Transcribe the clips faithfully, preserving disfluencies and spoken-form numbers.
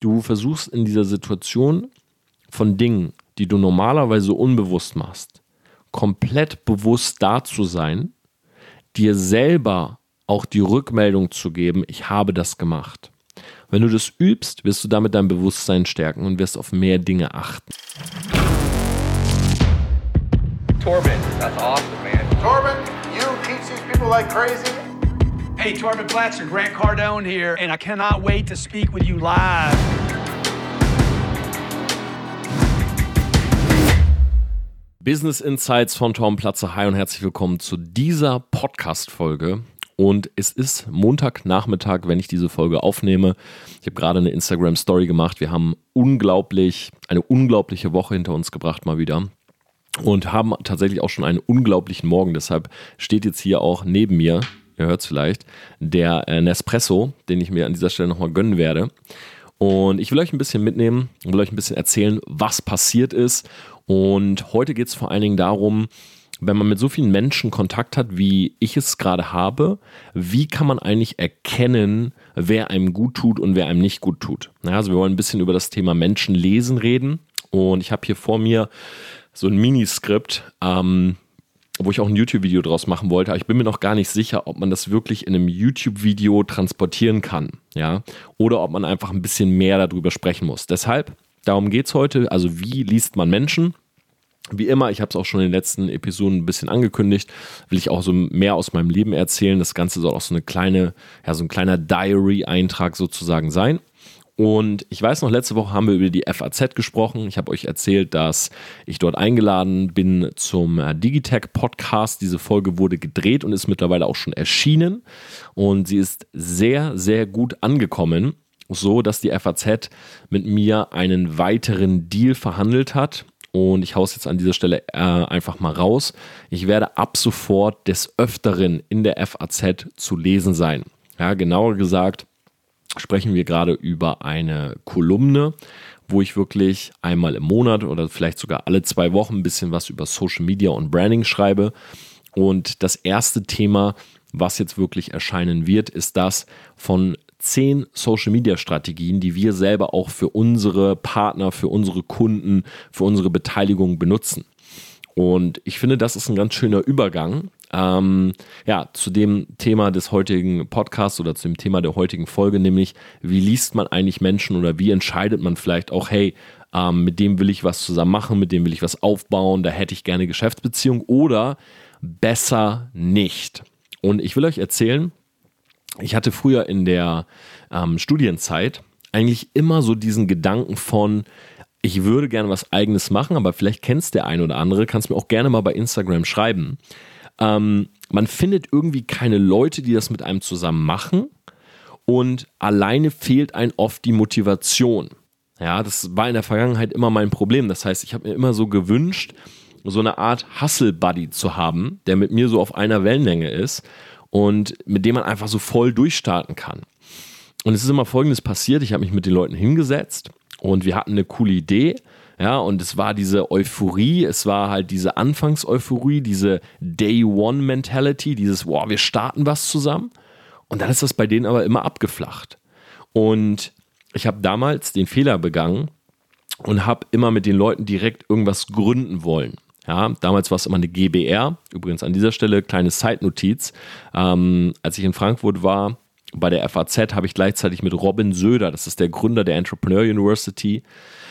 du versuchst in dieser Situation von Dingen, die du normalerweise unbewusst machst, komplett bewusst da zu sein, dir selber auch die Rückmeldung zu geben, ich habe das gemacht. Wenn du das übst, wirst du damit dein Bewusstsein stärken und wirst auf mehr Dinge achten. Torben, that's awesome, man. Torben, you teach these people like crazy. Hey, Torben Blatcher, Grant Cardone here, and I cannot wait to speak with you live. Business Insights von Torben Platzer. Hi und herzlich willkommen zu dieser Podcast-Folge. Und es ist Montagnachmittag, wenn ich diese Folge aufnehme. Ich habe gerade eine Instagram-Story gemacht. Wir haben unglaublich, eine unglaubliche Woche hinter uns gebracht mal wieder. Und haben tatsächlich auch schon einen unglaublichen Morgen. Deshalb steht jetzt hier auch neben mir, ihr hört es vielleicht, der äh, Nespresso, den ich mir an dieser Stelle nochmal gönnen werde. Und ich will euch ein bisschen mitnehmen und will euch ein bisschen erzählen, was passiert ist. Und heute geht es vor allen Dingen darum, wenn man mit so vielen Menschen Kontakt hat, wie ich es gerade habe, wie kann man eigentlich erkennen, wer einem gut tut und wer einem nicht gut tut. Ja, also wir wollen ein bisschen über das Thema Menschen lesen reden. Und ich habe hier vor mir so ein Miniskript, ähm, wo ich auch ein YouTube-Video draus machen wollte. Aber ich bin mir noch gar nicht sicher, ob man das wirklich in einem YouTube-Video transportieren kann. Ja? Oder ob man einfach ein bisschen mehr darüber sprechen muss. Deshalb, darum geht es heute. Also wie liest man Menschen? Wie immer, ich habe es auch schon in den letzten Episoden ein bisschen angekündigt, will ich auch so mehr aus meinem Leben erzählen. Das Ganze soll auch so eine kleine, ja, so ein kleiner Diary-Eintrag sozusagen sein. Und ich weiß noch, letzte Woche haben wir über die F A Z gesprochen. Ich habe euch erzählt, dass ich dort eingeladen bin zum Digitech-Podcast. Diese Folge wurde gedreht und ist mittlerweile auch schon erschienen. Und sie ist sehr, sehr gut angekommen, so dass die F A Z mit mir einen weiteren Deal verhandelt hat. Und ich haue es jetzt an dieser Stelle äh, einfach mal raus. Ich werde ab sofort des Öfteren in der F A Z zu lesen sein. Ja, genauer gesagt sprechen wir gerade über eine Kolumne, wo ich wirklich einmal im Monat oder vielleicht sogar alle zwei Wochen ein bisschen was über Social Media und Branding schreibe. Und das erste Thema, was jetzt wirklich erscheinen wird, ist das von zehn Social Media Strategien, die wir selber auch für unsere Partner, für unsere Kunden, für unsere Beteiligung benutzen. Und ich finde, das ist ein ganz schöner Übergang ähm, ja, zu dem Thema des heutigen Podcasts oder zu dem Thema der heutigen Folge, nämlich wie liest man eigentlich Menschen oder wie entscheidet man vielleicht auch, hey, ähm, mit dem will ich was zusammen machen, mit dem will ich was aufbauen, da hätte ich gerne Geschäftsbeziehung oder besser nicht. Und ich will euch erzählen, ich hatte früher in der ähm, Studienzeit eigentlich immer so diesen Gedanken von, ich würde gerne was Eigenes machen, aber vielleicht kennst der ein oder andere, kannst mir auch gerne mal bei Instagram schreiben. Ähm, man findet irgendwie keine Leute, die das mit einem zusammen machen und alleine fehlt einem oft die Motivation. Ja, das war in der Vergangenheit immer mein Problem. Das heißt, ich habe mir immer so gewünscht, so eine Art Hustle-Buddy zu haben, der mit mir so auf einer Wellenlänge ist und mit dem man einfach so voll durchstarten kann. Und es ist immer Folgendes passiert, ich habe mich mit den Leuten hingesetzt und wir hatten eine coole Idee, ja, und es war diese Euphorie, es war halt diese Anfangseuphorie, diese Day-One-Mentality, dieses, wow, wir starten was zusammen und dann ist das bei denen aber immer abgeflacht. Und ich habe damals den Fehler begangen und habe immer mit den Leuten direkt irgendwas gründen wollen. Ja, damals war es immer eine G b R, übrigens an dieser Stelle kleine Side-Notiz. Ähm, als ich in Frankfurt war, bei der F A Z, habe ich gleichzeitig mit Robin Söder, das ist der Gründer der Entrepreneur University,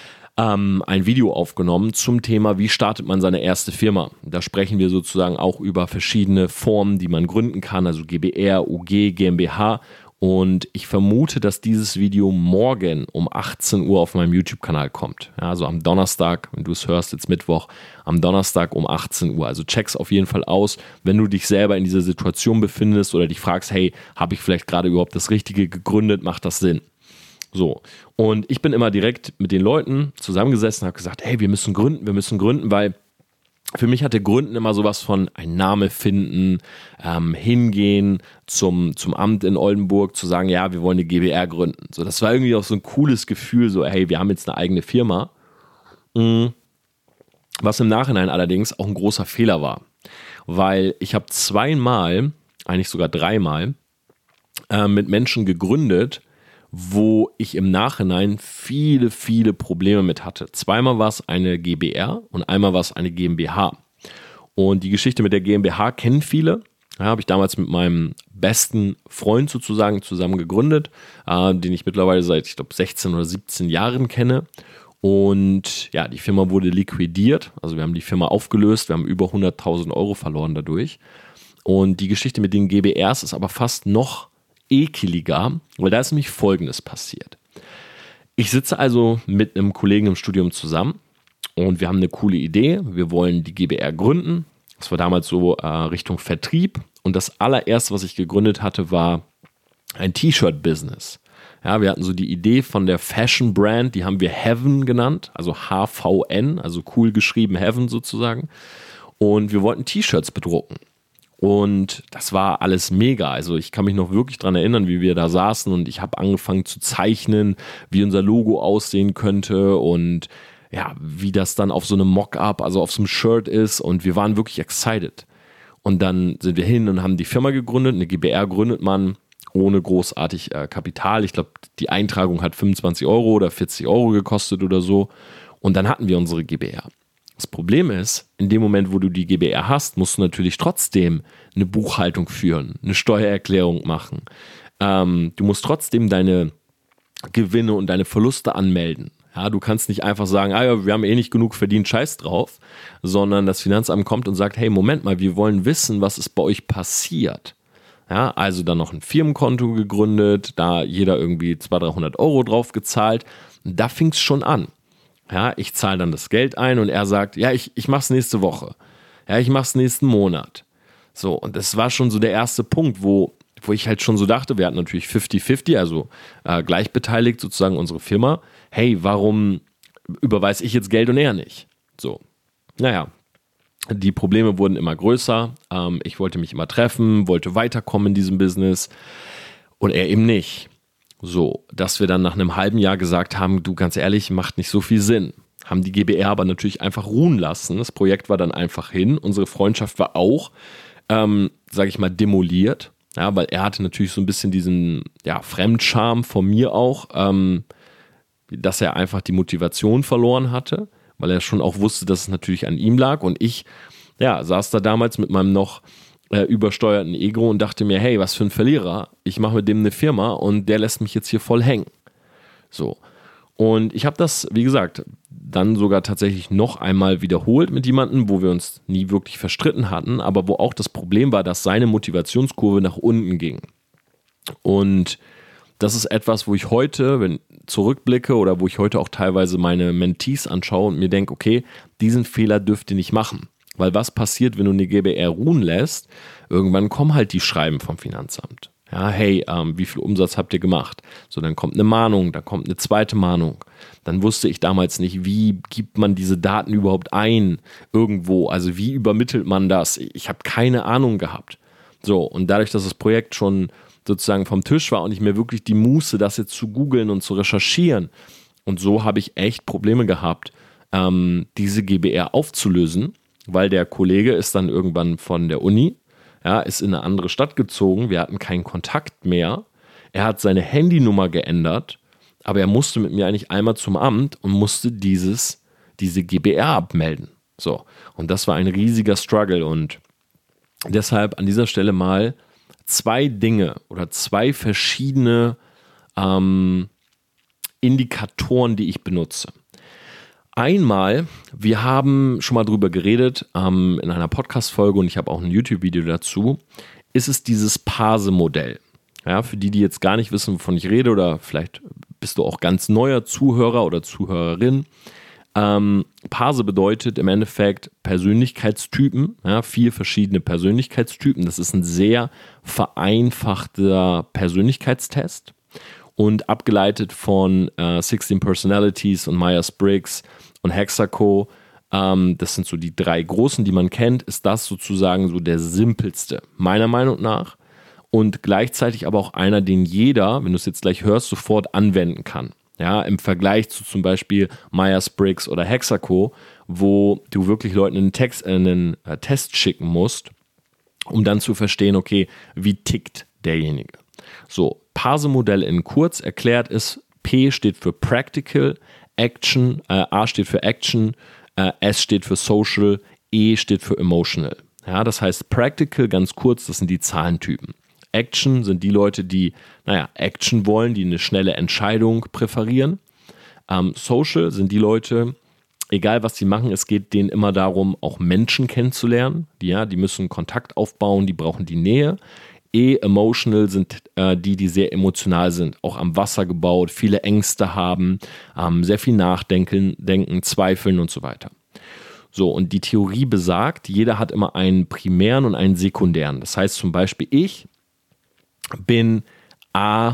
ähm, ein Video aufgenommen zum Thema, wie startet man seine erste Firma. Da sprechen wir sozusagen auch über verschiedene Formen, die man gründen kann, also G b R, U G, GmbH. Und ich vermute, dass dieses Video morgen um achtzehn Uhr auf meinem YouTube-Kanal kommt. Ja, also am Donnerstag, wenn du es hörst, jetzt Mittwoch, am Donnerstag um achtzehn Uhr. Also check's auf jeden Fall aus, wenn du dich selber in dieser Situation befindest oder dich fragst, hey, habe ich vielleicht gerade überhaupt das Richtige gegründet? Macht das Sinn? So, und ich bin immer direkt mit den Leuten zusammengesessen und habe gesagt, hey, wir müssen gründen, wir müssen gründen, weil für mich hatte Gründen immer sowas von ein Name finden, ähm, hingehen zum, zum Amt in Oldenburg, zu sagen, ja, wir wollen eine G b R gründen. So, das war irgendwie auch so ein cooles Gefühl, so, hey, wir haben jetzt eine eigene Firma. Mhm. Was im Nachhinein allerdings auch ein großer Fehler war, weil ich habe zweimal, eigentlich sogar dreimal, äh, mit Menschen gegründet, wo ich im Nachhinein viele, viele Probleme mit hatte. Zweimal war es eine GbR und einmal war es eine GmbH. Und die Geschichte mit der GmbH kennen viele. Ja, habe ich damals mit meinem besten Freund sozusagen zusammen gegründet, äh, den ich mittlerweile seit, ich glaube, sechzehn oder siebzehn Jahren kenne. Und ja, die Firma wurde liquidiert. Also wir haben die Firma aufgelöst. Wir haben über hunderttausend Euro verloren dadurch. Und die Geschichte mit den GbRs ist aber fast noch ekeliger, weil da ist nämlich Folgendes passiert. Ich sitze also mit einem Kollegen im Studium zusammen und wir haben eine coole Idee. Wir wollen die GbR gründen. Das war damals so äh, Richtung Vertrieb. Und das allererste, was ich gegründet hatte, war ein T-Shirt-Business. Ja, wir hatten so die Idee von der Fashion-Brand, die haben wir Heaven genannt, also H V N, also cool geschrieben Heaven sozusagen. Und wir wollten T-Shirts bedrucken. Und das war alles mega. Also ich kann mich noch wirklich daran erinnern, wie wir da saßen und ich habe angefangen zu zeichnen, wie unser Logo aussehen könnte und ja, wie das dann auf so einem Mock-up, also auf so einem Shirt ist. Und wir waren wirklich excited. Und dann sind wir hin und haben die Firma gegründet. Eine GbR gründet man ohne großartig äh, Kapital. Ich glaube, die Eintragung hat fünfundzwanzig Euro oder vierzig Euro gekostet oder so. Und dann hatten wir unsere GbR. Das Problem ist, in dem Moment, wo du die GbR hast, musst du natürlich trotzdem eine Buchhaltung führen, eine Steuererklärung machen. Ähm, du musst trotzdem deine Gewinne und deine Verluste anmelden. Ja, du kannst nicht einfach sagen, ah ja, wir haben eh nicht genug verdient, scheiß drauf, sondern das Finanzamt kommt und sagt, hey, Moment mal, wir wollen wissen, was ist bei euch passiert. Ja, also dann noch ein Firmenkonto gegründet, da jeder irgendwie zweihundert, dreihundert Euro drauf gezahlt. Da fing es schon an. Ja, ich zahle dann das Geld ein und er sagt, ja, ich, ich mach's nächste Woche. Ja, ich mach's nächsten Monat. So, und das war schon so der erste Punkt, wo, wo ich halt schon so dachte, wir hatten natürlich fünfzig fünfzig, also äh, gleichbeteiligt sozusagen unsere Firma. Hey, warum überweise ich jetzt Geld und er nicht? So, naja, die Probleme wurden immer größer. Ähm, ich wollte mich immer treffen, wollte weiterkommen in diesem Business und er eben nicht. So, dass wir dann nach einem halben Jahr gesagt haben, du, ganz ehrlich, macht nicht so viel Sinn. Haben die GbR aber natürlich einfach ruhen lassen. Das Projekt war dann einfach hin. Unsere Freundschaft war auch, ähm, sage ich mal, demoliert. Ja, weil er hatte natürlich so ein bisschen diesen ja, Fremdscham von mir auch, ähm, dass er einfach die Motivation verloren hatte, weil er schon auch wusste, dass es natürlich an ihm lag. Und ich ja, saß da damals mit meinem noch äh, übersteuerten Ego und dachte mir, hey, was für ein Verlierer. Ich mache mit dem eine Firma und der lässt mich jetzt hier voll hängen. So. Und ich habe das, wie gesagt, dann sogar tatsächlich noch einmal wiederholt mit jemandem, wo wir uns nie wirklich verstritten hatten, aber wo auch das Problem war, dass seine Motivationskurve nach unten ging. Und das ist etwas, wo ich heute, wenn ich zurückblicke oder wo ich heute auch teilweise meine Mentees anschaue und mir denke, okay, diesen Fehler dürft ihr nicht machen. Weil was passiert, wenn du eine GbR ruhen lässt? Irgendwann kommen halt die Schreiben vom Finanzamt. Ja, hey, ähm, wie viel Umsatz habt ihr gemacht? So, dann kommt eine Mahnung, dann kommt eine zweite Mahnung. Dann wusste ich damals nicht, wie gibt man diese Daten überhaupt ein irgendwo? Also wie übermittelt man das? Ich habe keine Ahnung gehabt. So, und dadurch, dass das Projekt schon sozusagen vom Tisch war und ich mir wirklich die Muße, das jetzt zu googeln und zu recherchieren. Und so habe ich echt Probleme gehabt, ähm, diese GbR aufzulösen, weil der Kollege ist dann irgendwann von der Uni, ja, ist in eine andere Stadt gezogen, wir hatten keinen Kontakt mehr, er hat seine Handynummer geändert, aber er musste mit mir eigentlich einmal zum Amt und musste dieses, diese GbR abmelden. So, und das war ein riesiger Struggle und deshalb an dieser Stelle mal zwei Dinge oder zwei verschiedene ähm, Indikatoren, die ich benutze. Einmal, wir haben schon mal drüber geredet ähm, in einer Podcast-Folge und ich habe auch ein YouTube-Video dazu, ist es dieses Parse-Modell. Ja, für die, die jetzt gar nicht wissen, wovon ich rede oder vielleicht bist du auch ganz neuer Zuhörer oder Zuhörerin. Ähm, Parse bedeutet im Endeffekt Persönlichkeitstypen, ja, vier verschiedene Persönlichkeitstypen. Das ist ein sehr vereinfachter Persönlichkeitstest und abgeleitet von äh, sechzehn Personalities und Myers-Briggs und Hexaco. Ähm, das sind so die drei großen, die man kennt. Ist das sozusagen so der simpelste, meiner Meinung nach. Und gleichzeitig aber auch einer, den jeder, wenn du es jetzt gleich hörst, sofort anwenden kann. Ja, im Vergleich zu zum Beispiel Myers-Briggs oder Hexaco, wo du wirklich Leuten einen, Text, äh, einen Test schicken musst, um dann zu verstehen, okay, wie tickt derjenige. So, Parse-Modell in kurz erklärt ist, P steht für Practical, Action, äh, A steht für Action, äh, S steht für Social, E steht für Emotional. Ja, das heißt Practical, ganz kurz, das sind die Zahlentypen. Action sind die Leute, die, naja, Action wollen, die eine schnelle Entscheidung präferieren. Ähm, Social sind die Leute, egal was sie machen, es geht denen immer darum, auch Menschen kennenzulernen. Die, ja, die müssen Kontakt aufbauen, die brauchen die Nähe. E-Emotional sind äh, die, die sehr emotional sind, auch am Wasser gebaut, viele Ängste haben, ähm, sehr viel nachdenken, denken, zweifeln und so weiter. So, und die Theorie besagt, jeder hat immer einen primären und einen sekundären. Das heißt zum Beispiel, ich bin A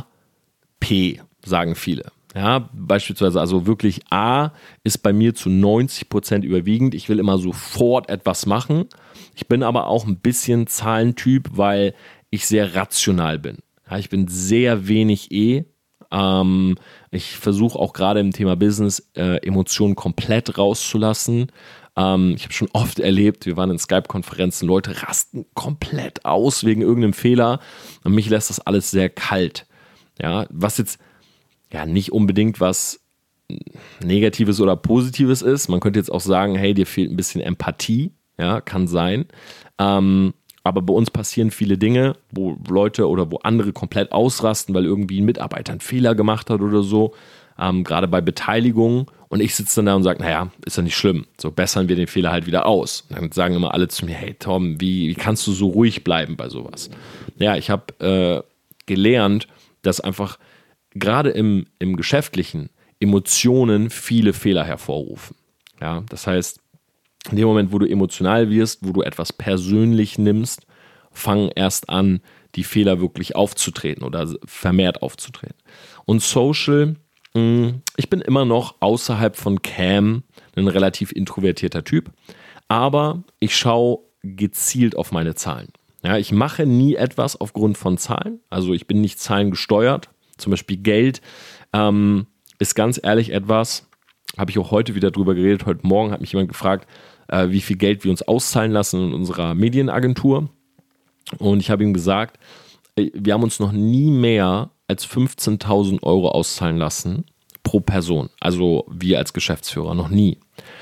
P, sagen viele. Ja, beispielsweise, also wirklich A ist bei mir zu neunzig Prozent überwiegend. Ich will immer sofort etwas machen. Ich bin aber auch ein bisschen Zahlentyp, weil ich sehr rational bin. Ja, ich bin sehr wenig E. Ähm, ich versuche auch gerade im Thema Business äh, Emotionen komplett rauszulassen. Ähm, ich habe schon oft erlebt, wir waren in Skype-Konferenzen, Leute rasten komplett aus wegen irgendeinem Fehler. Und mich lässt das alles sehr kalt. Ja, was jetzt ja nicht unbedingt was Negatives oder Positives ist. Man könnte jetzt auch sagen, hey, dir fehlt ein bisschen Empathie. Ja, kann sein. Ähm, aber bei uns passieren viele Dinge, wo Leute oder wo andere komplett ausrasten, weil irgendwie ein Mitarbeiter einen Fehler gemacht hat oder so. Ähm, gerade bei Beteiligung. Und ich sitze dann da und sage, naja, ist ja nicht schlimm. So bessern wir den Fehler halt wieder aus. Und dann sagen immer alle zu mir, hey Tom, wie, wie kannst du so ruhig bleiben bei sowas? Ja, ich habe äh, gelernt, dass einfach gerade im, im Geschäftlichen Emotionen viele Fehler hervorrufen. Ja, das heißt, in dem Moment, wo du emotional wirst, wo du etwas persönlich nimmst, fangen erst an, die Fehler wirklich aufzutreten oder vermehrt aufzutreten. Und Social, mh, ich bin immer noch außerhalb von Cam ein relativ introvertierter Typ, aber ich schaue gezielt auf meine Zahlen. Ja, ich mache nie etwas aufgrund von Zahlen, also ich bin nicht zahlengesteuert. Zum Beispiel Geld ähm, ist ganz ehrlich etwas, habe ich auch heute wieder drüber geredet. Heute Morgen hat mich jemand gefragt, äh, wie viel Geld wir uns auszahlen lassen in unserer Medienagentur. Und ich habe ihm gesagt, wir haben uns noch nie mehr als fünfzehntausend Euro auszahlen lassen pro Person. Also wir als Geschäftsführer noch nie.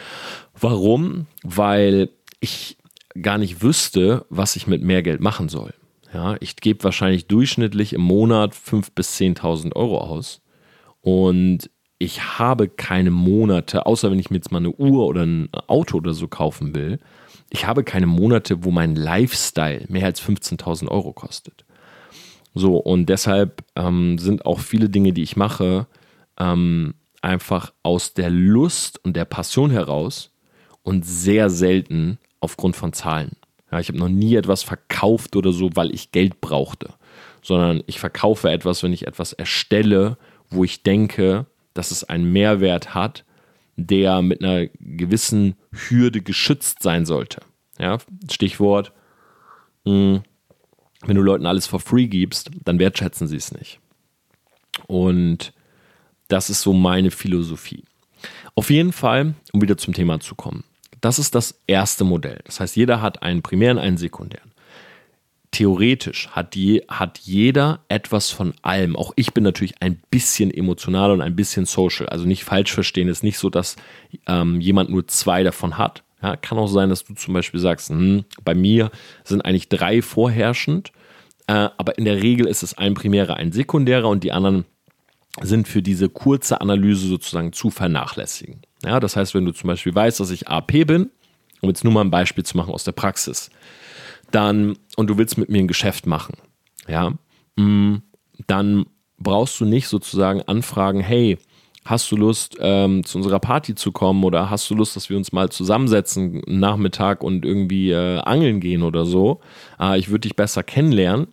Warum? Weil ich gar nicht wüsste, was ich mit mehr Geld machen soll. Ja, ich gebe wahrscheinlich durchschnittlich im Monat fünftausend bis zehntausend Euro aus und ich habe keine Monate, außer wenn ich mir jetzt mal eine Uhr oder ein Auto oder so kaufen will, ich habe keine Monate, wo mein Lifestyle mehr als fünfzehntausend Euro kostet. So, und deshalb ähm, sind auch viele Dinge, die ich mache, ähm, einfach aus der Lust und der Passion heraus und sehr selten aufgrund von Zahlen. Ja, ich habe noch nie etwas verkauft oder so, weil ich Geld brauchte, sondern ich verkaufe etwas, wenn ich etwas erstelle, wo ich denke, dass es einen Mehrwert hat, der mit einer gewissen Hürde geschützt sein sollte. Ja, Stichwort, mh, wenn du Leuten alles for free gibst, dann wertschätzen sie es nicht. Und das ist so meine Philosophie. Auf jeden Fall, um wieder zum Thema zu kommen. Das ist das erste Modell. Das heißt, jeder hat einen primären, einen sekundären. Theoretisch hat, je, hat jeder etwas von allem. Auch ich bin natürlich ein bisschen emotional und ein bisschen social. Also nicht falsch verstehen, es ist nicht so, dass ähm, jemand nur zwei davon hat. Ja, kann auch sein, dass du zum Beispiel sagst, hm, bei mir sind eigentlich drei vorherrschend, äh, aber in der Regel ist es ein primärer, ein sekundärer und die anderen sind für diese kurze Analyse sozusagen zu vernachlässigen. Ja, das heißt, wenn du zum Beispiel weißt, dass ich A P bin, um jetzt nur mal ein Beispiel zu machen aus der Praxis, dann, und du willst mit mir ein Geschäft machen, ja, dann brauchst du nicht sozusagen anfragen, hey, hast du Lust, ähm, zu unserer Party zu kommen oder hast du Lust, dass wir uns mal zusammensetzen Nachmittag und irgendwie äh, angeln gehen oder so, äh, ich würde dich besser kennenlernen,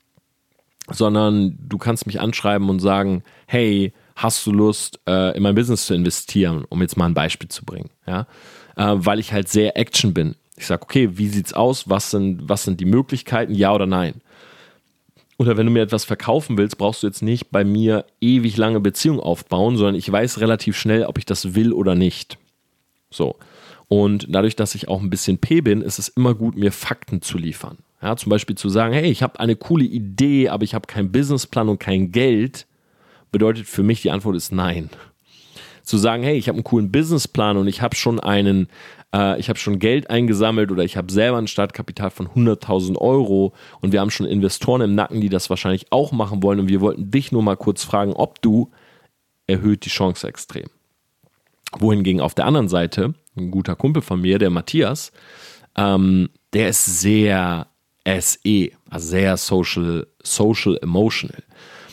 sondern du kannst mich anschreiben und sagen, hey, hast du Lust, äh, in mein Business zu investieren, um jetzt mal ein Beispiel zu bringen, ja, äh, weil ich halt sehr Action bin. Ich sage, okay, wie sieht's aus, was sind, was sind die Möglichkeiten, ja oder nein? Oder wenn du mir etwas verkaufen willst, brauchst du jetzt nicht bei mir ewig lange Beziehung aufbauen, sondern ich weiß relativ schnell, ob ich das will oder nicht. So. Und dadurch, dass ich auch ein bisschen P bin, ist es immer gut, mir Fakten zu liefern. Ja, zum Beispiel zu sagen, hey, ich habe eine coole Idee, aber ich habe keinen Businessplan und kein Geld, bedeutet für mich, die Antwort ist nein. Zu sagen, hey, ich habe einen coolen Businessplan und ich habe schon einen, äh, ich habe schon Geld eingesammelt oder ich habe selber ein Startkapital von hunderttausend Euro und wir haben schon Investoren im Nacken, die das wahrscheinlich auch machen wollen und wir wollten dich nur mal kurz fragen, ob du, erhöht die Chance extrem. Wohingegen auf der anderen Seite, ein guter Kumpel von mir, der Matthias, ähm, der ist sehr S E, also sehr social, social emotional.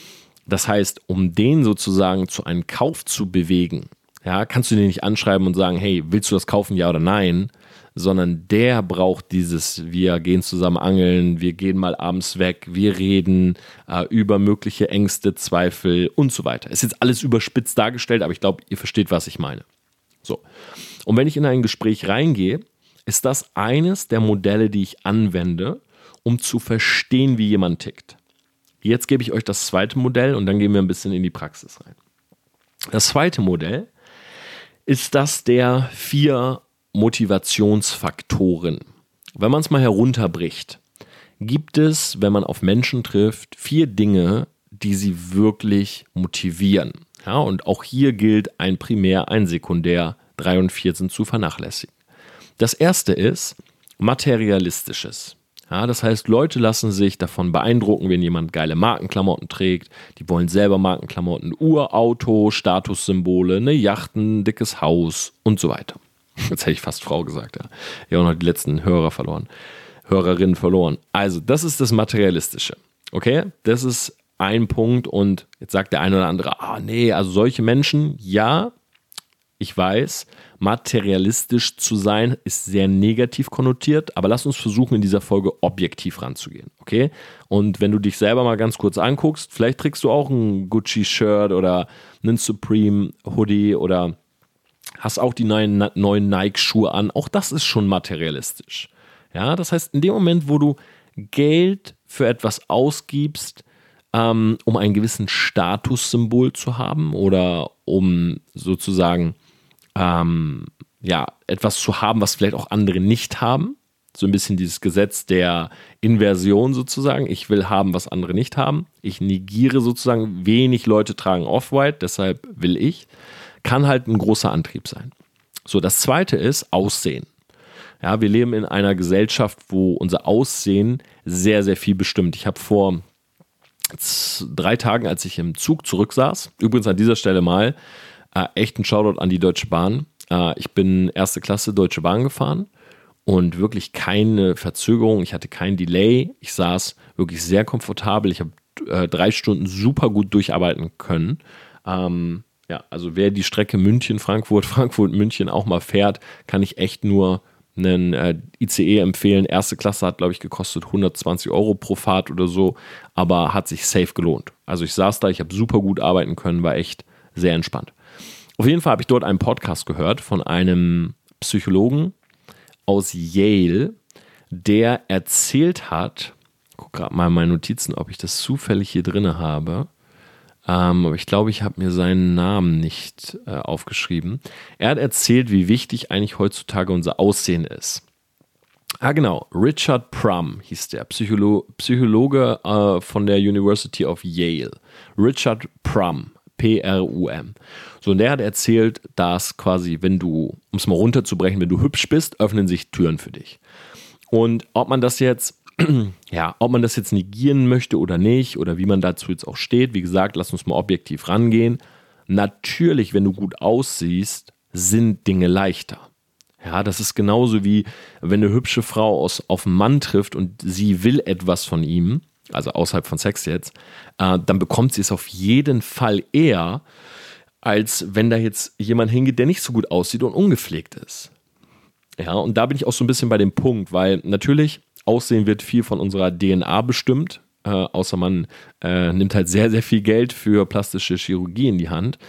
Das heißt, um den sozusagen zu einem Kauf zu bewegen, ja, kannst du den nicht anschreiben und sagen, hey, willst du das kaufen, ja oder nein, sondern der braucht dieses, wir gehen zusammen angeln, wir gehen mal abends weg, wir reden äh, über mögliche Ängste, Zweifel und so weiter. Ist jetzt alles überspitzt dargestellt, aber ich glaube, ihr versteht, was ich meine. So. Und wenn ich in ein Gespräch reingehe, ist das eines der Modelle, die ich anwende, um zu verstehen, wie jemand tickt. Jetzt gebe ich euch das zweite Modell und dann gehen wir ein bisschen in die Praxis rein. Das zweite Modell ist das der vier Motivationsfaktoren. Wenn man es mal herunterbricht, gibt es, wenn man auf Menschen trifft, vier Dinge, die sie wirklich motivieren. Ja, und auch hier gilt ein Primär, ein Sekundär, drei und vier sind zu vernachlässigen. Das erste ist Materialistisches. Ja, das heißt, Leute lassen sich davon beeindrucken, wenn jemand geile Markenklamotten trägt. Die wollen selber Markenklamotten, Uhr, Auto, Statussymbole, eine Yacht, ein dickes Haus und so weiter. Jetzt hätte ich fast Frau gesagt, ja. Ich habe auch noch die letzten Hörer verloren, Hörerinnen verloren. Also, das ist das Materialistische. Okay, das ist ein Punkt und jetzt sagt der eine oder andere, ah nee, also solche Menschen, ja, ich weiß, materialistisch zu sein ist sehr negativ konnotiert, aber lass uns versuchen, in dieser Folge objektiv ranzugehen, okay? Und wenn du dich selber mal ganz kurz anguckst, vielleicht trägst du auch ein Gucci-Shirt oder einen Supreme-Hoodie oder hast auch die neuen, neuen Nike-Schuhe an, auch das ist schon materialistisch. Ja, das heißt, in dem Moment, wo du Geld für etwas ausgibst, ähm, um einen gewissen Statussymbol zu haben oder um sozusagen ähm, ja, etwas zu haben, was vielleicht auch andere nicht haben. So ein bisschen dieses Gesetz der Inversion sozusagen. Ich will haben, was andere nicht haben. Ich negiere sozusagen, wenig Leute tragen Off-White, deshalb will ich. Kann halt ein großer Antrieb sein. So, das zweite ist Aussehen. Ja, wir leben in einer Gesellschaft, wo unser Aussehen sehr, sehr viel bestimmt. Ich habe vor drei Tagen, als ich im Zug zurücksaß, übrigens an dieser Stelle mal, äh, echt ein Shoutout an die Deutsche Bahn. Äh, ich bin erste Klasse Deutsche Bahn gefahren und wirklich keine Verzögerung. Ich hatte kein Delay. Ich saß wirklich sehr komfortabel. Ich habe äh, drei Stunden super gut durcharbeiten können. Ähm, ja, also wer die Strecke München-Frankfurt, Frankfurt-München auch mal fährt, kann ich echt nur einen äh, I C E empfehlen. Erste Klasse hat, glaube ich, gekostet hundertzwanzig Euro pro Fahrt oder so, aber hat sich safe gelohnt. Also ich saß da, ich habe super gut arbeiten können, war echt sehr entspannt. Auf jeden Fall habe ich dort einen Podcast gehört von einem Psychologen aus Yale, der erzählt hat, ich gucke gerade mal in meine Notizen, ob ich das zufällig hier drin habe, ähm, aber ich glaube, ich habe mir seinen Namen nicht äh, aufgeschrieben. Er hat erzählt, wie wichtig eigentlich heutzutage unser Aussehen ist. Ah genau, Richard Prum hieß der, Psycholo- Psychologe äh, von der University of Yale. Richard Prum. P R U M. So, und der hat erzählt, dass quasi, wenn du, um es mal runterzubrechen, wenn du hübsch bist, öffnen sich Türen für dich. Und ob man das jetzt, ja, ob man das jetzt negieren möchte oder nicht, oder wie man dazu jetzt auch steht, wie gesagt, lass uns mal objektiv rangehen. Natürlich, wenn du gut aussiehst, sind Dinge leichter. Ja, das ist genauso wie, wenn eine hübsche Frau aus, auf einen Mann trifft und sie will etwas von ihm, also außerhalb von Sex jetzt, äh, dann bekommt sie es auf jeden Fall eher, als wenn da jetzt jemand hingeht, der nicht so gut aussieht und ungepflegt ist. Ja, und da bin ich auch so ein bisschen bei dem Punkt, weil natürlich Aussehen wird viel von unserer D N A bestimmt, äh, außer man äh, nimmt halt sehr, sehr viel Geld für plastische Chirurgie in die Hand.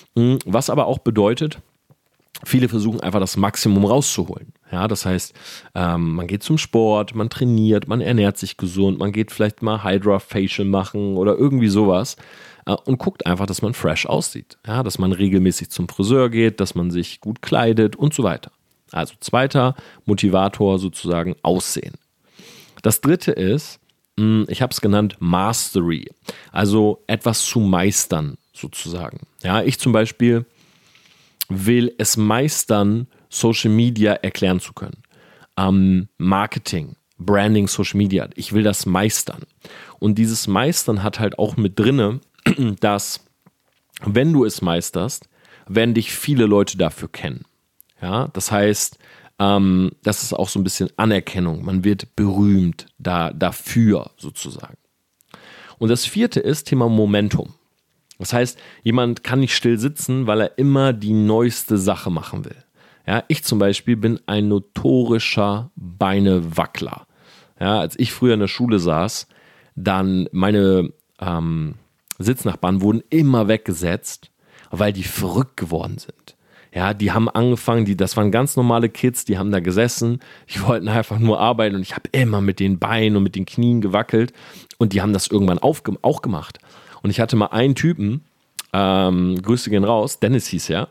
Was aber auch bedeutet, viele versuchen einfach das Maximum rauszuholen. Ja, das heißt, ähm, man geht zum Sport, man trainiert, man ernährt sich gesund, man geht vielleicht mal Hydra Facial machen oder irgendwie sowas äh, und guckt einfach, dass man fresh aussieht. Ja, dass man regelmäßig zum Friseur geht, dass man sich gut kleidet und so weiter. Also zweiter Motivator sozusagen Aussehen. Das dritte ist, ich habe es genannt Mastery, also etwas zu meistern sozusagen. Ja, ich zum Beispiel will es meistern, Social Media erklären zu können. Ähm, Marketing, Branding, Social Media, ich will das meistern. Und dieses Meistern hat halt auch mit drinne, dass wenn du es meisterst, werden dich viele Leute dafür kennen. Ja, das heißt, ähm, das ist auch so ein bisschen Anerkennung. Man wird berühmt da, dafür sozusagen. Und das vierte ist Thema Momentum. Das heißt, jemand kann nicht still sitzen, weil er immer die neueste Sache machen will. Ja, ich zum Beispiel bin ein notorischer Beinewackler. Ja, als ich früher in der Schule saß, dann meine ähm, Sitznachbarn wurden immer weggesetzt, weil die verrückt geworden sind. Ja, die haben angefangen, die, das waren ganz normale Kids, die haben da gesessen, die wollten einfach nur arbeiten und ich habe immer mit den Beinen und mit den Knien gewackelt und die haben das irgendwann aufge- auch gemacht. Und ich hatte mal einen Typen, ähm, Grüße gehen raus, Dennis hieß er,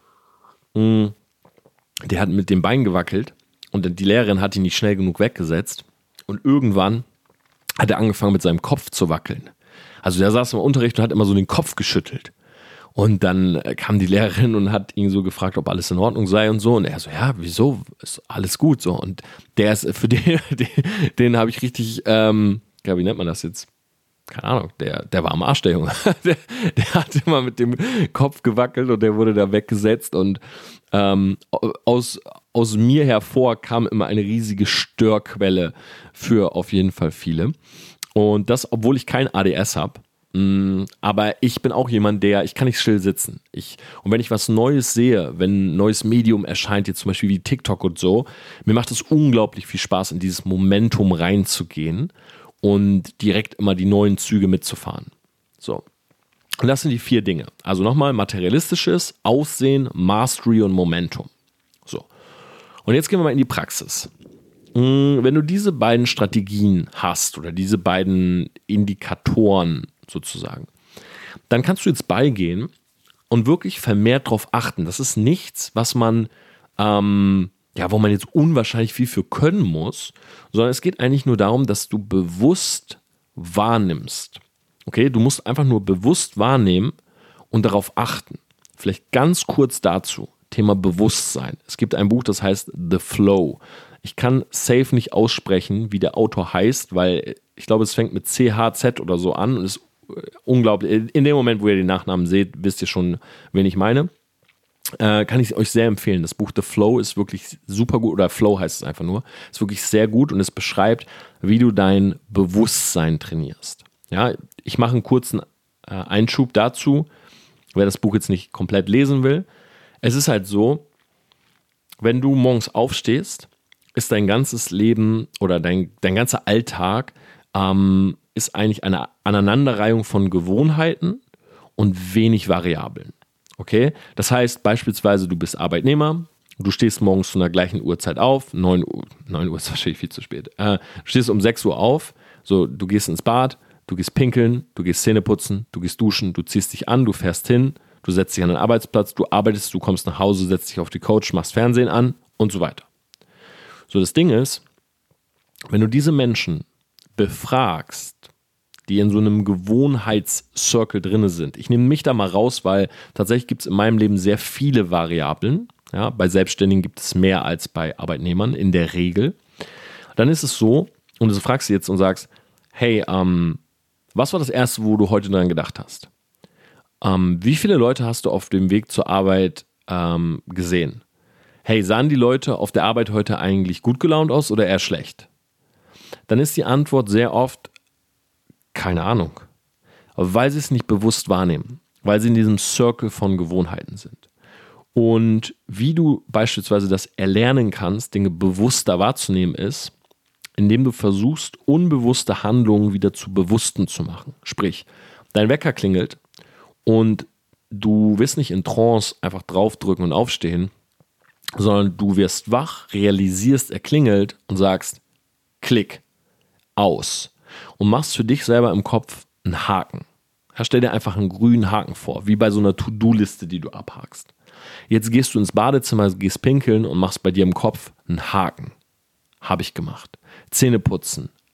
mh, der hat mit den Beinen gewackelt und die Lehrerin hat ihn nicht schnell genug weggesetzt und irgendwann hat er angefangen mit seinem Kopf zu wackeln. Also der saß im Unterricht und hat immer so den Kopf geschüttelt. Und dann kam die Lehrerin und hat ihn so gefragt, ob alles in Ordnung sei und so. Und er so, ja, wieso? Ist alles gut so. Und der ist, für den, den, den habe ich richtig, ähm, ja, wie nennt man das jetzt? Keine Ahnung, der, der war am Arsch, der Junge. Der, der hat immer mit dem Kopf gewackelt und der wurde da weggesetzt. Und ähm, aus, aus mir hervor kam immer eine riesige Störquelle für auf jeden Fall viele. Und das, obwohl ich kein A D S habe. Aber ich bin auch jemand, der, ich kann nicht still sitzen. Ich, und wenn ich was Neues sehe, wenn ein neues Medium erscheint, jetzt zum Beispiel wie TikTok und so, mir macht es unglaublich viel Spaß, in dieses Momentum reinzugehen und direkt immer die neuen Züge mitzufahren. So. Und das sind die vier Dinge. Also nochmal materialistisches, Aussehen, Mastery und Momentum. So. Und jetzt gehen wir mal in die Praxis. Wenn du diese beiden Strategien hast oder diese beiden Indikatoren sozusagen, dann kannst du jetzt beigehen und wirklich vermehrt darauf achten. Das ist nichts, was man, ähm, ja, wo man jetzt unwahrscheinlich viel für können muss, sondern es geht eigentlich nur darum, dass du bewusst wahrnimmst. Okay, du musst einfach nur bewusst wahrnehmen und darauf achten. Vielleicht ganz kurz dazu, Thema Bewusstsein. Es gibt ein Buch, das heißt The Flow. Ich kann safe nicht aussprechen, wie der Autor heißt, weil ich glaube, es fängt mit C H Z oder so an und ist unglaublich. In dem Moment, wo ihr den Nachnamen seht, wisst ihr schon, wen ich meine. Äh, kann ich euch sehr empfehlen. Das Buch The Flow ist wirklich super gut, oder Flow heißt es einfach nur. Ist wirklich sehr gut und es beschreibt, wie du dein Bewusstsein trainierst. Ja, ich mache einen kurzen äh, Einschub dazu, wer das Buch jetzt nicht komplett lesen will. Es ist halt so, wenn du morgens aufstehst, ist dein ganzes Leben oder dein, dein ganzer Alltag ähm, ist eigentlich eine Aneinanderreihung von Gewohnheiten und wenig Variablen. Okay? Das heißt beispielsweise, du bist Arbeitnehmer, du stehst morgens zu einer gleichen Uhrzeit auf, neun Uhr, neun Uhr ist wahrscheinlich viel zu spät, äh, du stehst um sechs Uhr auf, so, du gehst ins Bad, du gehst pinkeln, du gehst Zähne putzen, du gehst duschen, du ziehst dich an, du fährst hin, du setzt dich an den Arbeitsplatz, du arbeitest, du kommst nach Hause, setzt dich auf die Couch, machst Fernsehen an und so weiter. So, das Ding ist, wenn du diese Menschen befragst, die in so einem Gewohnheitscircle drin sind. Ich nehme mich da mal raus, weil tatsächlich gibt es in meinem Leben sehr viele Variablen. Ja, bei Selbstständigen gibt es mehr als bei Arbeitnehmern in der Regel. Dann ist es so, und du fragst sie jetzt und sagst, hey, ähm, was war das Erste, wo du heute daran gedacht hast? Ähm, wie viele Leute hast du auf dem Weg zur Arbeit ähm, gesehen? Hey, sahen die Leute auf der Arbeit heute eigentlich gut gelaunt aus oder eher schlecht? Dann ist die Antwort sehr oft, keine Ahnung. Weil sie es nicht bewusst wahrnehmen. Weil sie in diesem Circle von Gewohnheiten sind. Und wie du beispielsweise das erlernen kannst, Dinge bewusster wahrzunehmen, ist, indem du versuchst, unbewusste Handlungen wieder zu bewussten zu machen. Sprich, dein Wecker klingelt und du wirst nicht in Trance einfach draufdrücken und aufstehen, sondern du wirst wach, realisierst, er klingelt und sagst, Klick, aus. Und machst für dich selber im Kopf einen Haken. Ja, stell dir einfach einen grünen Haken vor, wie bei so einer To-Do-Liste, die du abhakst. Jetzt gehst du ins Badezimmer, gehst pinkeln und machst bei dir im Kopf einen Haken. Habe ich gemacht. Zähne putzen.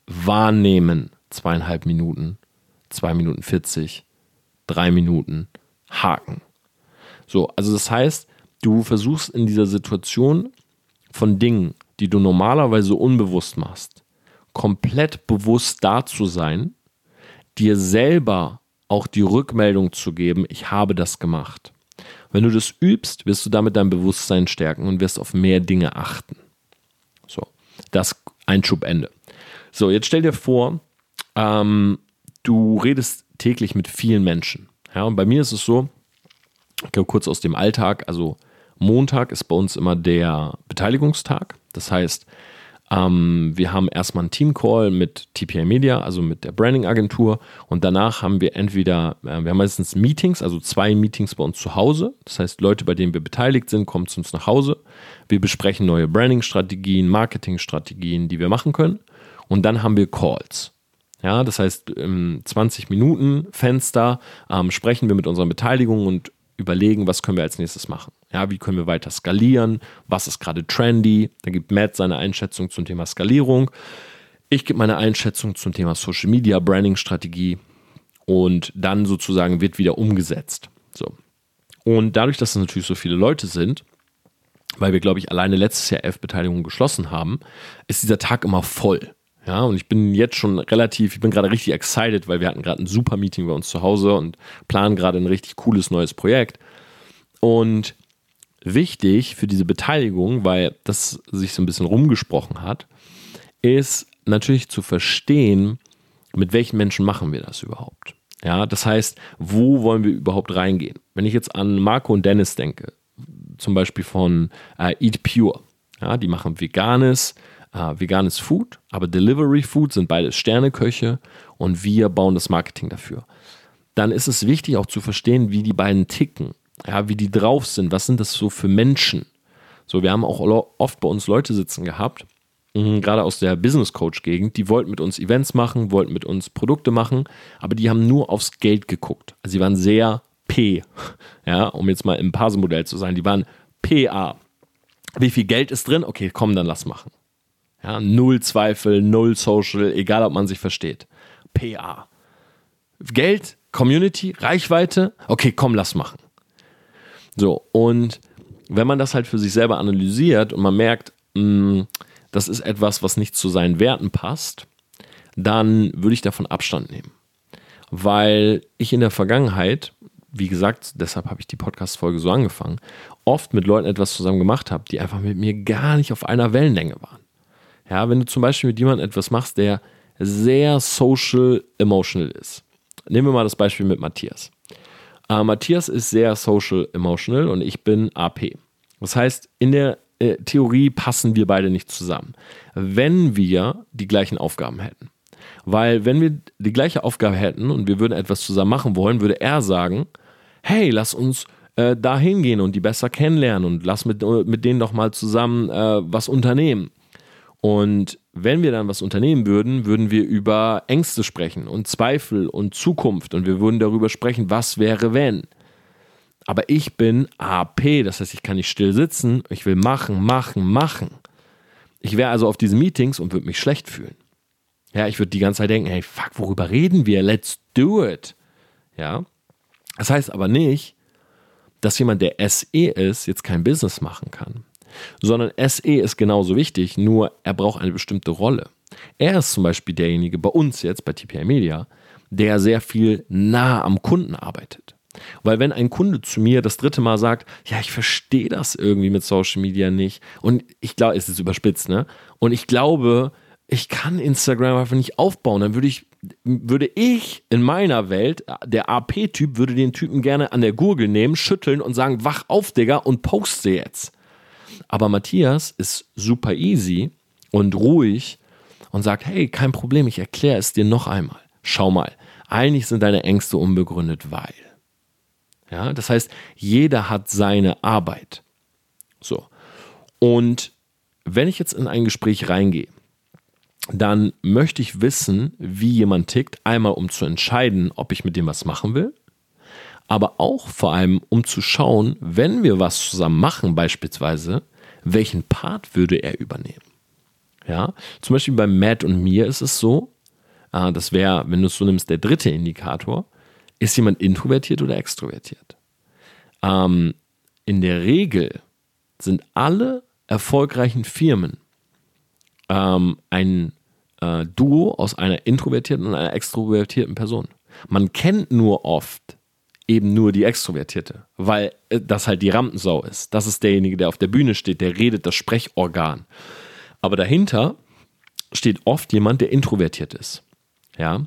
wahrnehmen, zweieinhalb Minuten, zwei Minuten vierzig, drei Minuten, Haken. So, also das heißt, du versuchst in dieser Situation von Dingen, die du normalerweise unbewusst machst, komplett bewusst da zu sein, dir selber auch die Rückmeldung zu geben, ich habe das gemacht. Wenn du das übst, wirst du damit dein Bewusstsein stärken und wirst auf mehr Dinge achten. So, das Einschubende. So, jetzt stell dir vor, ähm, du redest täglich mit vielen Menschen. Ja, und bei mir ist es so, ich glaube kurz aus dem Alltag, also Montag ist bei uns immer der Beteiligungstag. Das heißt, ähm, wir haben erstmal einen Teamcall mit T P A Media, also mit der Branding-Agentur, und danach haben wir entweder, äh, wir haben meistens Meetings, also zwei Meetings bei uns zu Hause. Das heißt, Leute, bei denen wir beteiligt sind, kommen zu uns nach Hause. Wir besprechen neue Branding-Strategien, Marketing-Strategien, die wir machen können. Und dann haben wir Calls. Ja, das heißt, im zwanzig Minuten Fenster ähm, sprechen wir mit unseren Beteiligungen und überlegen, was können wir als nächstes machen. Ja, wie können wir weiter skalieren? Was ist gerade trendy? Da gibt Matt seine Einschätzung zum Thema Skalierung. Ich gebe meine Einschätzung zum Thema Social Media, Branding-Strategie, und dann sozusagen wird wieder umgesetzt. So. Und dadurch, dass es natürlich so viele Leute sind, weil wir, glaube ich, alleine letztes Jahr elf Beteiligungen geschlossen haben, ist dieser Tag immer voll. Ja, und ich bin jetzt schon relativ, ich bin gerade richtig excited, weil wir hatten gerade ein super Meeting bei uns zu Hause und planen gerade ein richtig cooles neues Projekt. Und wichtig für diese Beteiligung, weil das sich so ein bisschen rumgesprochen hat, ist natürlich zu verstehen, mit welchen Menschen machen wir das überhaupt. Ja, das heißt, wo wollen wir überhaupt reingehen? Wenn ich jetzt an Marco und Dennis denke, zum Beispiel von äh, Eat Pure, ja, die machen veganes, Uh, veganes Food, aber Delivery Food sind beides Sterneköche und wir bauen das Marketing dafür. Dann ist es wichtig auch zu verstehen, wie die beiden ticken, ja, wie die drauf sind, was sind das so für Menschen. So, wir haben auch oft bei uns Leute sitzen gehabt, mh, gerade aus der Business Coach Gegend, die wollten mit uns Events machen, wollten mit uns Produkte machen, aber die haben nur aufs Geld geguckt. Also sie waren sehr P, ja, um jetzt mal im Parse-Modell zu sein, die waren P A. Wie viel Geld ist drin? Okay, komm, dann lass machen. Ja, null Zweifel, null Social, egal ob man sich versteht. P A. Geld, Community, Reichweite, okay, komm, lass machen. So, und wenn man das halt für sich selber analysiert und man merkt, mh, das ist etwas, was nicht zu seinen Werten passt, dann würde ich davon Abstand nehmen. Weil ich in der Vergangenheit, wie gesagt, deshalb habe ich die Podcast-Folge so angefangen, oft mit Leuten etwas zusammen gemacht habe, die einfach mit mir gar nicht auf einer Wellenlänge waren. Ja, wenn du zum Beispiel mit jemandem etwas machst, der sehr social emotional ist. Nehmen wir mal das Beispiel mit Matthias. Äh, Matthias ist sehr social emotional und ich bin A P. Das heißt, in der äh, Theorie passen wir beide nicht zusammen, wenn wir die gleichen Aufgaben hätten. Weil wenn wir die gleiche Aufgabe hätten und wir würden etwas zusammen machen wollen, würde er sagen, hey, lass uns äh, da hingehen und die besser kennenlernen und lass mit, mit denen doch mal zusammen äh, was unternehmen. Und wenn wir dann was unternehmen würden, würden wir über Ängste sprechen und Zweifel und Zukunft und wir würden darüber sprechen, was wäre, wenn. Aber ich bin A P, das heißt, ich kann nicht still sitzen, ich will machen, machen, machen. Ich wäre also auf diesen Meetings und würde mich schlecht fühlen. Ja, ich würde die ganze Zeit denken, hey, fuck, worüber reden wir? Let's do it. Ja, das heißt aber nicht, dass jemand, der S E ist, jetzt kein Business machen kann. Sondern S E ist genauso wichtig, nur er braucht eine bestimmte Rolle. Er ist zum Beispiel derjenige bei uns jetzt, bei T P A Media, der sehr viel nah am Kunden arbeitet. Weil wenn ein Kunde zu mir das dritte Mal sagt, ja, ich verstehe das irgendwie mit Social Media nicht und ich glaube, es ist überspitzt, ne? Und ich glaube, ich kann Instagram einfach nicht aufbauen, dann würde ich, würde ich in meiner Welt, der A P-Typ, würde den Typen gerne an der Gurgel nehmen, schütteln und sagen, wach auf, Digga, und poste jetzt. Aber Matthias ist super easy und ruhig und sagt, hey, kein Problem, ich erkläre es dir noch einmal. Schau mal, eigentlich sind deine Ängste unbegründet, weil. Ja, das heißt, jeder hat seine Arbeit. So. Und wenn ich jetzt in ein Gespräch reingehe, dann möchte ich wissen, wie jemand tickt, einmal um zu entscheiden, ob ich mit dem was machen will, aber auch vor allem, um zu schauen, wenn wir was zusammen machen beispielsweise, welchen Part würde er übernehmen? Ja? Zum Beispiel bei Matt und mir ist es so, äh, das wäre, wenn du es so nimmst, der dritte Indikator, ist jemand introvertiert oder extrovertiert? Ähm, in der Regel sind alle erfolgreichen Firmen ähm, ein äh, Duo aus einer introvertierten und einer extrovertierten Person. Man kennt nur oft eben nur die Extrovertierte, weil das halt die Rampensau ist. Das ist derjenige, der auf der Bühne steht, der redet, das Sprechorgan. Aber dahinter steht oft jemand, der introvertiert ist. Ja?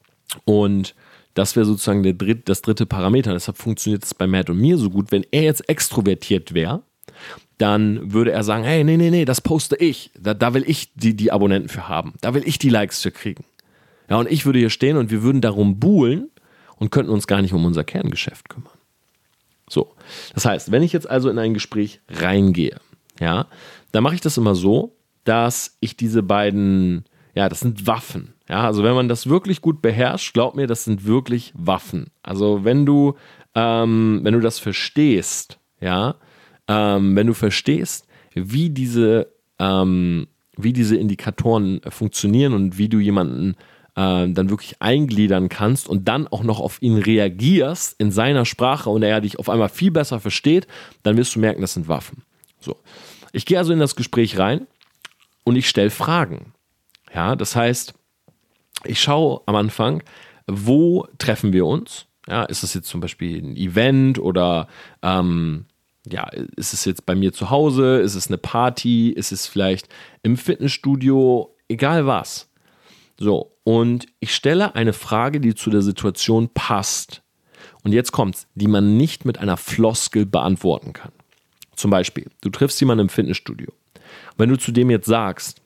Und das wäre sozusagen der dritt, das dritte Parameter. Deshalb funktioniert es bei Matt und mir so gut. Wenn er jetzt extrovertiert wäre, dann würde er sagen, hey, nee, nee, nee, das poste ich. Da, da will ich die, die Abonnenten für haben. Da will ich die Likes für kriegen. Ja, und ich würde hier stehen und wir würden darum buhlen und könnten uns gar nicht um unser Kerngeschäft kümmern. So, das heißt, wenn ich jetzt also in ein Gespräch reingehe, ja, dann mache ich das immer so, dass ich diese beiden, ja, das sind Waffen. Ja, also wenn man das wirklich gut beherrscht, glaub mir, das sind wirklich Waffen. Also wenn du, ähm, wenn du das verstehst, ja, ähm, wenn du verstehst, wie diese, ähm, wie diese Indikatoren funktionieren und wie du jemanden äh, dann wirklich eingliedern kannst und dann auch noch auf ihn reagierst in seiner Sprache und er dich auf einmal viel besser versteht, dann wirst du merken, das sind Waffen. So. Ich gehe also in das Gespräch rein und ich stelle Fragen. Ja, das heißt, ich schaue am Anfang, wo treffen wir uns? Ja, ist es jetzt zum Beispiel ein Event oder ähm, ja, ist es jetzt bei mir zu Hause? Ist es eine Party? Ist es vielleicht im Fitnessstudio? Egal was. So, und ich stelle eine Frage, die zu der Situation passt. Und jetzt kommt's, die man nicht mit einer Floskel beantworten kann. Zum Beispiel, du triffst jemanden im Fitnessstudio. Wenn du zu dem jetzt sagst,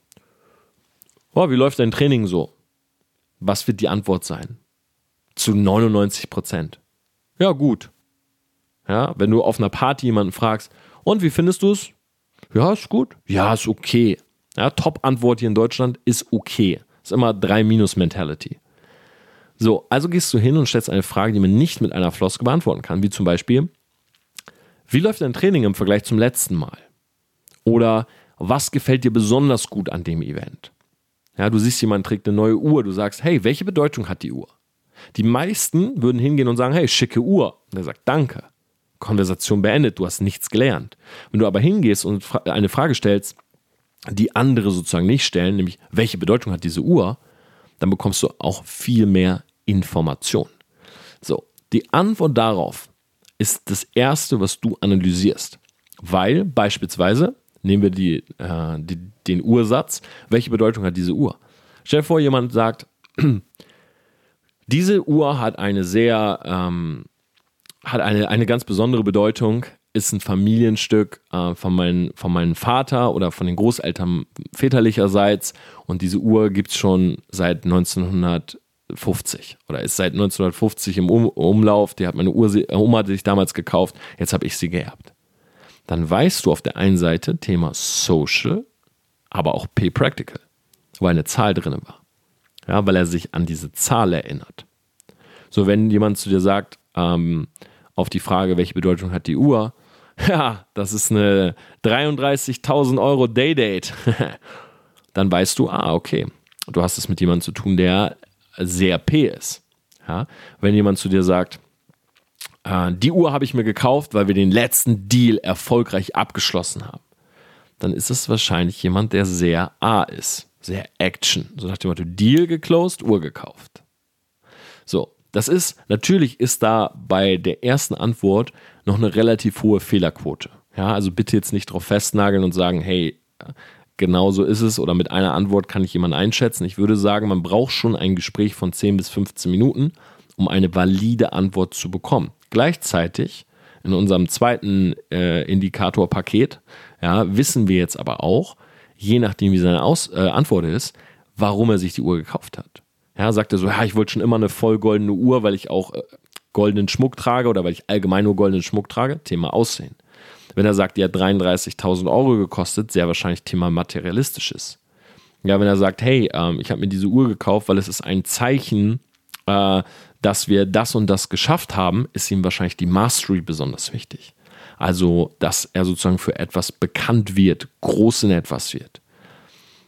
oh, wie läuft dein Training so? Was wird die Antwort sein? Zu neunundneunzig Prozent. Ja, gut. Ja, wenn du auf einer Party jemanden fragst, und wie findest du es? Ja, ist gut. Ja, ist okay. Ja, Top-Antwort hier in Deutschland ist okay. Ist immer drei Minus Mentality. So, also gehst du hin und stellst eine Frage, die man nicht mit einer Floskel beantworten kann, wie zum Beispiel, wie läuft dein Training im Vergleich zum letzten Mal? Oder was gefällt dir besonders gut an dem Event? Ja, du siehst, jemand trägt eine neue Uhr, du sagst, hey, welche Bedeutung hat die Uhr? Die meisten würden hingehen und sagen, hey, schicke Uhr. Und er sagt, danke. Konversation beendet, du hast nichts gelernt. Wenn du aber hingehst und eine Frage stellst, die andere sozusagen nicht stellen, nämlich, welche Bedeutung hat diese Uhr, dann bekommst du auch viel mehr Information. So, die Antwort darauf ist das Erste, was du analysierst. Weil beispielsweise, nehmen wir die, äh, die, den Uhrsatz, welche Bedeutung hat diese Uhr? Stell dir vor, jemand sagt, diese Uhr hat eine sehr, ähm, hat eine, eine ganz besondere Bedeutung, ist ein Familienstück äh, von, mein, von meinem Vater oder von den Großeltern väterlicherseits und diese Uhr gibt es schon seit neunzehnhundertfünfzig oder ist seit neunzehnhundertfünfzig im um- Umlauf, die hat meine Uhr, Oma sich damals gekauft, jetzt habe ich sie geerbt. Dann weißt du auf der einen Seite Thema Social, aber auch Pay Practical, wo eine Zahl drin war. Ja, weil er sich an diese Zahl erinnert. So, wenn jemand zu dir sagt, ähm, auf die Frage, welche Bedeutung hat die Uhr, ja, das ist eine dreiunddreißigtausend Euro Daydate, dann weißt du, ah, okay, du hast es mit jemandem zu tun, der sehr P ist. Ja? Wenn jemand zu dir sagt, äh, die Uhr habe ich mir gekauft, weil wir den letzten Deal erfolgreich abgeschlossen haben, dann ist es wahrscheinlich jemand, der sehr A ist. Sehr Action. So nach dem Motto, Deal geclosed, Uhr gekauft. So, das ist, natürlich ist da bei der ersten Antwort noch eine relativ hohe Fehlerquote. Ja, also bitte jetzt nicht drauf festnageln und sagen, hey, genau so ist es oder mit einer Antwort kann ich jemanden einschätzen. Ich würde sagen, man braucht schon ein Gespräch von zehn bis fünfzehn Minuten, um eine valide Antwort zu bekommen. Gleichzeitig in unserem zweiten äh, Indikatorpaket, ja, wissen wir jetzt aber auch, je nachdem, wie seine Aus- äh, Antwort ist, warum er sich die Uhr gekauft hat. Ja, sagt er so, ja, ich wollte schon immer eine voll goldene Uhr, weil ich auch äh, goldenen Schmuck trage oder weil ich allgemein nur goldenen Schmuck trage. Thema Aussehen. Wenn er sagt, die hat dreiunddreißigtausend Euro gekostet, sehr wahrscheinlich Thema Materialistisches. Ja, wenn er sagt, hey, ähm, ich habe mir diese Uhr gekauft, weil es ist ein Zeichen, äh, dass wir das und das geschafft haben, ist ihm wahrscheinlich die Mastery besonders wichtig. Also, dass er sozusagen für etwas bekannt wird, groß in etwas wird.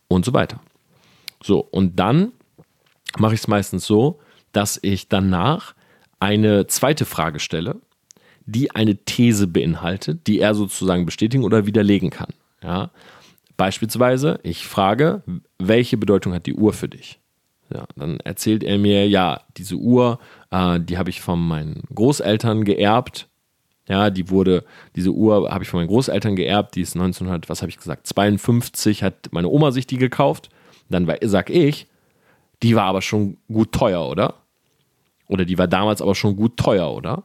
und so weiter. So, und dann mache ich es meistens so, dass ich danach eine zweite Frage stelle, die eine These beinhaltet, die er sozusagen bestätigen oder widerlegen kann. Ja? Beispielsweise, ich frage, welche Bedeutung hat die Uhr für dich? Ja, dann erzählt er mir, ja, diese Uhr, äh, die habe ich von meinen Großeltern geerbt. Ja, die wurde, diese Uhr habe ich von meinen Großeltern geerbt, die ist neunzehnhundert, was habe ich gesagt, zweiundfünfzig hat meine Oma sich die gekauft. Dann sage ich, die war aber schon gut teuer, oder? Oder die war damals aber schon gut teuer, oder?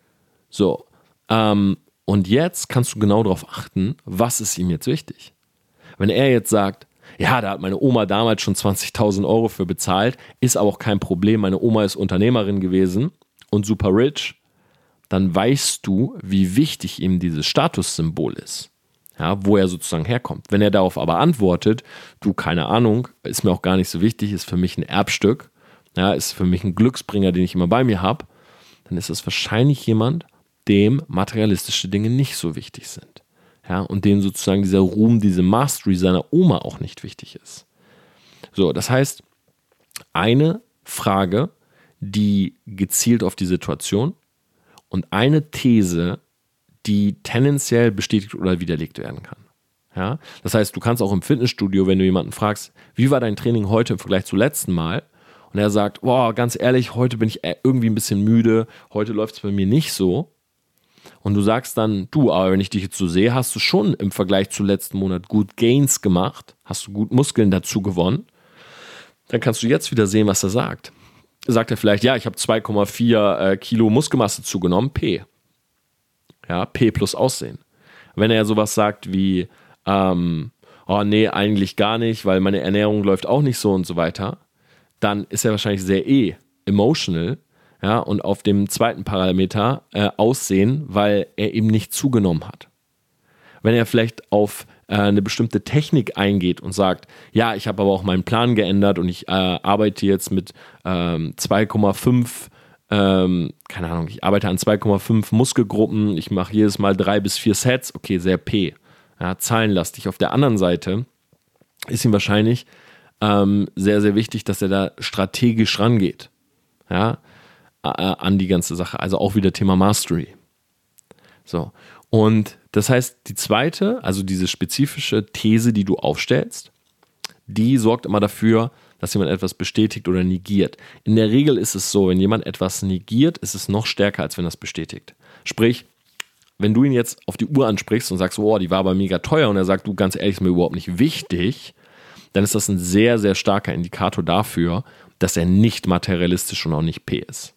So, ähm, und jetzt kannst du genau darauf achten, was ist ihm jetzt wichtig. Wenn er jetzt sagt, ja, da hat meine Oma damals schon zwanzigtausend Euro für bezahlt, ist aber auch kein Problem, meine Oma ist Unternehmerin gewesen und super rich, dann weißt du, wie wichtig ihm dieses Statussymbol ist. Ja, wo er sozusagen herkommt. Wenn er darauf aber antwortet, du, keine Ahnung, ist mir auch gar nicht so wichtig, ist für mich ein Erbstück, ja, ist für mich ein Glücksbringer, den ich immer bei mir habe, dann ist das wahrscheinlich jemand, dem materialistische Dinge nicht so wichtig sind. Ja, und dem sozusagen dieser Ruhm, diese Mastery seiner Oma auch nicht wichtig ist. So, das heißt, eine Frage, die gezielt auf die Situation und eine These, die tendenziell bestätigt oder widerlegt werden kann. Ja? Das heißt, du kannst auch im Fitnessstudio, wenn du jemanden fragst, wie war dein Training heute im Vergleich zum letzten Mal? Und er sagt, boah, ganz ehrlich, heute bin ich irgendwie ein bisschen müde, heute läuft es bei mir nicht so. Und du sagst dann, du, aber wenn ich dich jetzt so sehe, hast du schon im Vergleich zu letzten Monat gut Gains gemacht, hast du gut Muskeln dazu gewonnen. Dann kannst du jetzt wieder sehen, was er sagt. Sagt er vielleicht, ja, ich habe zwei Komma vier äh, Kilo Muskelmasse zugenommen, P. Ja, P plus Aussehen. Wenn er sowas sagt wie, ähm, oh nee, eigentlich gar nicht, weil meine Ernährung läuft auch nicht so und so weiter, dann ist er wahrscheinlich sehr eh emotional, ja, und auf dem zweiten Parameter äh, Aussehen, weil er eben nicht zugenommen hat. Wenn er vielleicht auf äh, eine bestimmte Technik eingeht und sagt, ja, ich habe aber auch meinen Plan geändert und ich äh, arbeite jetzt mit ähm, zwei Komma fünf Ähm, keine Ahnung, ich arbeite an zwei Komma fünf Muskelgruppen, ich mache jedes Mal drei bis vier Sets, okay, sehr P, ja, zahlenlastig. Auf der anderen Seite ist ihm wahrscheinlich ähm, sehr, sehr wichtig, dass er da strategisch rangeht, ja, äh, an die ganze Sache, also auch wieder Thema Mastery. So, und das heißt, die zweite, also diese spezifische These, die du aufstellst, die sorgt immer dafür, dass jemand etwas bestätigt oder negiert. In der Regel ist es so, wenn jemand etwas negiert, ist es noch stärker, als wenn er es bestätigt. Sprich, wenn du ihn jetzt auf die Uhr ansprichst und sagst, oh, die war aber mega teuer und er sagt, du, ganz ehrlich, ist mir überhaupt nicht wichtig, dann ist das ein sehr, sehr starker Indikator dafür, dass er nicht materialistisch und auch nicht P ist.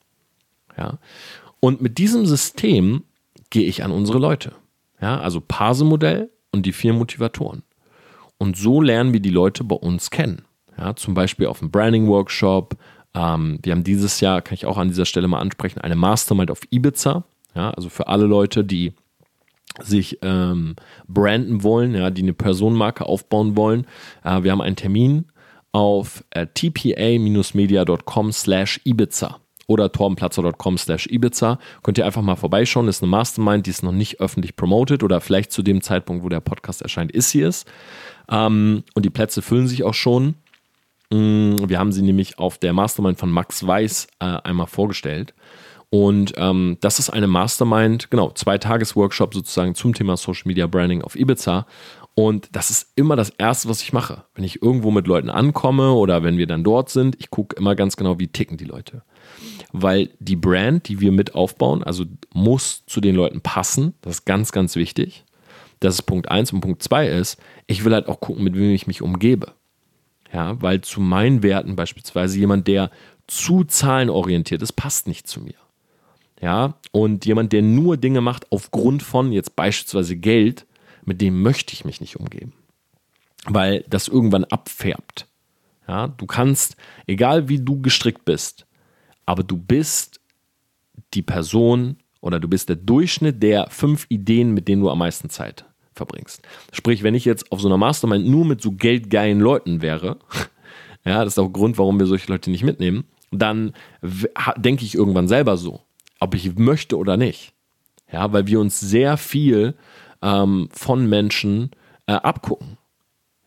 Ja? Und mit diesem System gehe ich an unsere Leute. Ja? Also Parse-Modell und die vier Motivatoren. Und so lernen wir die Leute bei uns kennen. Ja, zum Beispiel auf dem Branding-Workshop. Ähm, wir haben dieses Jahr, kann ich auch an dieser Stelle mal ansprechen, eine Mastermind auf Ibiza. Ja, also für alle Leute, die sich ähm, branden wollen, ja, die eine Personenmarke aufbauen wollen. Äh, wir haben einen Termin auf äh, t p a media dot com slash Ibiza oder torbenplatzer dot com slash Ibiza. Könnt ihr einfach mal vorbeischauen. Das ist eine Mastermind, die ist noch nicht öffentlich promoted oder vielleicht zu dem Zeitpunkt, wo der Podcast erscheint, ist sie es. Ähm, und die Plätze füllen sich auch schon. Wir haben sie nämlich auf der Mastermind von Max Weiß äh, einmal vorgestellt. Und ähm, das ist eine Mastermind, genau, Zwei-Tages-Workshop sozusagen zum Thema Social Media Branding auf Ibiza. Und das ist immer das Erste, was ich mache. Wenn ich irgendwo mit Leuten ankomme oder wenn wir dann dort sind, ich gucke immer ganz genau, wie ticken die Leute. Weil die Brand, die wir mit aufbauen, also muss zu den Leuten passen. Das ist ganz, ganz wichtig. Das ist Punkt eins. Und Punkt zwei ist, ich will halt auch gucken, mit wem ich mich umgebe. Ja, weil zu meinen Werten beispielsweise jemand, der zu zahlenorientiert ist, passt nicht zu mir. Ja, und jemand, der nur Dinge macht aufgrund von jetzt beispielsweise Geld, mit dem möchte ich mich nicht umgeben. Weil das irgendwann abfärbt. Ja, du kannst, egal wie du gestrickt bist, aber du bist die Person oder du bist der Durchschnitt der fünf Ideen, mit denen du am meisten Zeit verbringst. Sprich, wenn ich jetzt auf so einer Mastermind nur mit so geldgeilen Leuten wäre, ja, das ist auch ein Grund, warum wir solche Leute nicht mitnehmen, dann w- denke ich irgendwann selber so, ob ich möchte oder nicht. Ja, weil wir uns sehr viel ähm, von Menschen äh, abgucken.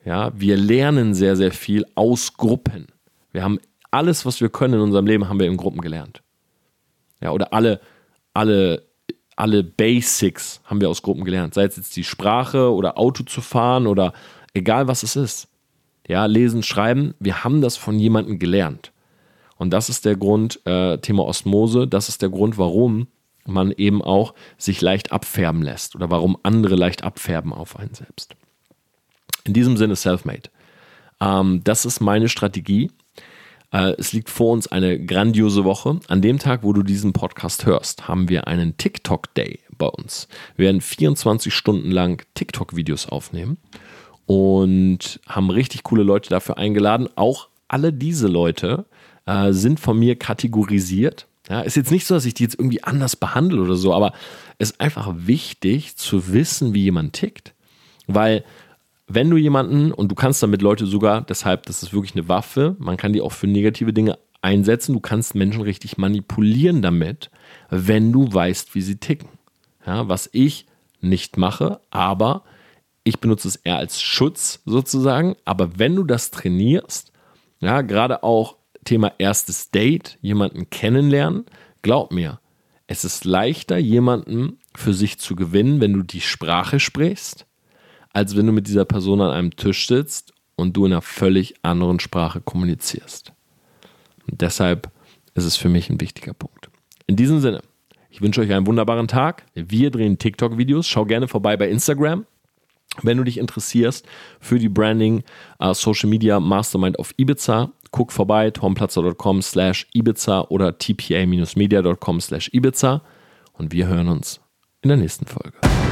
Ja, wir lernen sehr, sehr viel aus Gruppen. Wir haben alles, was wir können in unserem Leben, haben wir in Gruppen gelernt. Ja, oder alle, alle, alle Basics haben wir aus Gruppen gelernt. Sei es jetzt die Sprache oder Auto zu fahren oder egal was es ist. Ja, lesen, schreiben, wir haben das von jemandem gelernt. Und das ist der Grund, äh, Thema Osmose, das ist der Grund, warum man eben auch sich leicht abfärben lässt oder warum andere leicht abfärben auf einen selbst. In diesem Sinne Selfmade. Ähm, das ist meine Strategie. Äh, es liegt vor uns eine grandiose Woche. An dem Tag, wo du diesen Podcast hörst, haben wir einen TikTok-Day bei uns. Wir werden vierundzwanzig Stunden lang TikTok-Videos aufnehmen und haben richtig coole Leute dafür eingeladen. Auch alle diese Leute äh, sind von mir kategorisiert. Ja, ist jetzt nicht so, dass ich die jetzt irgendwie anders behandle oder so, aber es ist einfach wichtig zu wissen, wie jemand tickt. Weil wenn du jemanden, und du kannst damit Leute sogar, deshalb, das ist wirklich eine Waffe, man kann die auch für negative Dinge einsetzen, du kannst Menschen richtig manipulieren damit, wenn du weißt, wie sie ticken. Ja, was ich nicht mache, aber ich benutze es eher als Schutz sozusagen, aber wenn du das trainierst, ja, gerade auch Thema erstes Date, jemanden kennenlernen, glaub mir, es ist leichter, jemanden für sich zu gewinnen, wenn du die Sprache sprichst, als wenn du mit dieser Person an einem Tisch sitzt und du in einer völlig anderen Sprache kommunizierst. Und deshalb ist es für mich ein wichtiger Punkt. In diesem Sinne, ich wünsche euch einen wunderbaren Tag. Wir drehen TikTok-Videos. Schau gerne vorbei bei Instagram. Wenn du dich interessierst für die Branding uh, Social Media Mastermind auf Ibiza, guck vorbei, tomplatzer.com slash Ibiza oder tpa-media.com slash Ibiza und wir hören uns in der nächsten Folge.